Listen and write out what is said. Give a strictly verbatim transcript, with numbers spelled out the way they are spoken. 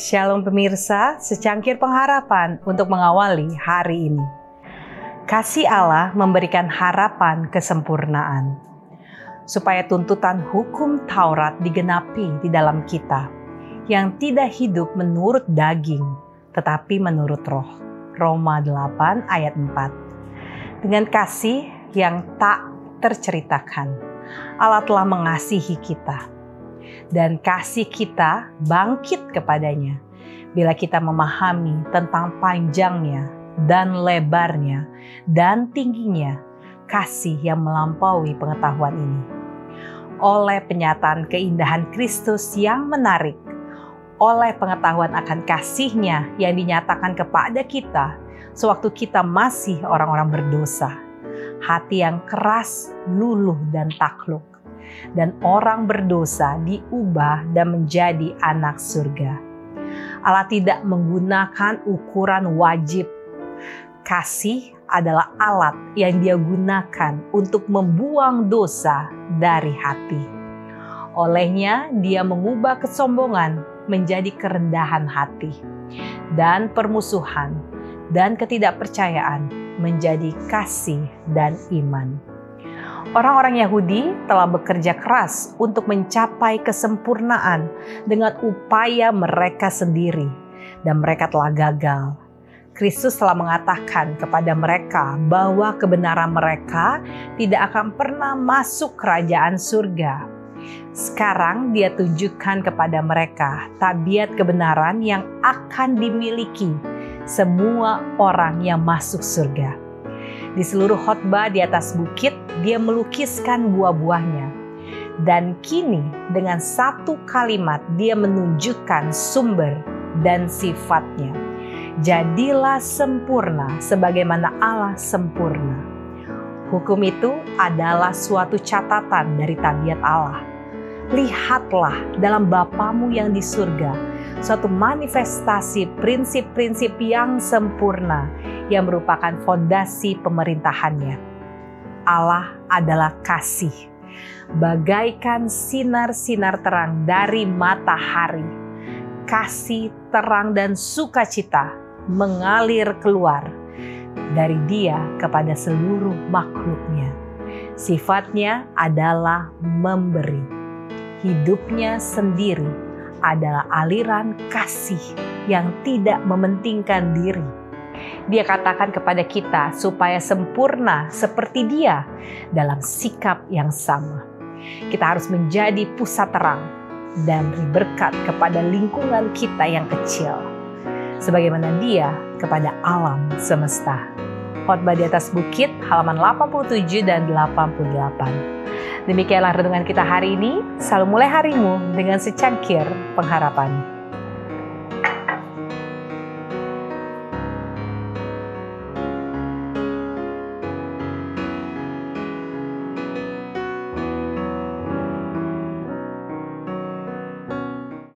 Shalom pemirsa, secangkir pengharapan untuk mengawali hari ini. Kasih Allah memberikan harapan kesempurnaan, supaya tuntutan hukum Taurat digenapi di dalam kita, yang tidak hidup menurut daging, tetapi menurut roh. Roma delapan ayat empat. Dengan kasih yang tak terceritakan, Allah telah mengasihi kita. Dan kasih kita bangkit kepadanya bila kita memahami tentang panjangnya dan lebarnya dan tingginya kasih yang melampaui pengetahuan ini. Oleh penyataan keindahan Kristus yang menarik, oleh pengetahuan akan kasih-Nya yang dinyatakan kepada kita sewaktu kita masih orang-orang berdosa, hati yang keras, luluh dan takluk, dan orang berdosa diubah dan menjadi anak surga. Allah tidak menggunakan ukuran wajib. Kasih adalah alat yang Dia gunakan untuk membuang dosa dari hati. Olehnya Dia mengubah kesombongan menjadi kerendahan hati, dan permusuhan dan ketidakpercayaan menjadi kasih dan iman. Orang-orang Yahudi telah bekerja keras untuk mencapai kesempurnaan dengan upaya mereka sendiri, dan mereka telah gagal. Kristus telah mengatakan kepada mereka bahwa kebenaran mereka tidak akan pernah masuk kerajaan surga. Sekarang Dia tunjukkan kepada mereka tabiat kebenaran yang akan dimiliki semua orang yang masuk surga. Di seluruh khotbah di atas bukit, Dia melukiskan buah-buahnya. Dan kini dengan satu kalimat Dia menunjukkan sumber dan sifatnya. Jadilah sempurna sebagaimana Allah sempurna. Hukum itu adalah suatu catatan dari tabiat Allah. Lihatlah dalam Bapamu yang di surga, suatu manifestasi prinsip-prinsip yang sempurna yang merupakan fondasi pemerintahannya. Allah adalah kasih, bagaikan sinar-sinar terang dari matahari. Kasih, terang, dan sukacita mengalir keluar dari Dia kepada seluruh makhluknya. Sifatnya adalah memberi. Hidupnya sendiri adalah aliran kasih yang tidak mementingkan diri. Dia katakan kepada kita supaya sempurna seperti Dia dalam sikap yang sama. Kita harus menjadi pusat terang dan beri berkat kepada lingkungan kita yang kecil, sebagaimana Dia kepada alam semesta. Khotbah di atas bukit halaman delapan puluh tujuh dan delapan puluh delapan. Demikianlah renungan kita hari ini. Selalu mulai harimu dengan secangkir pengharapan.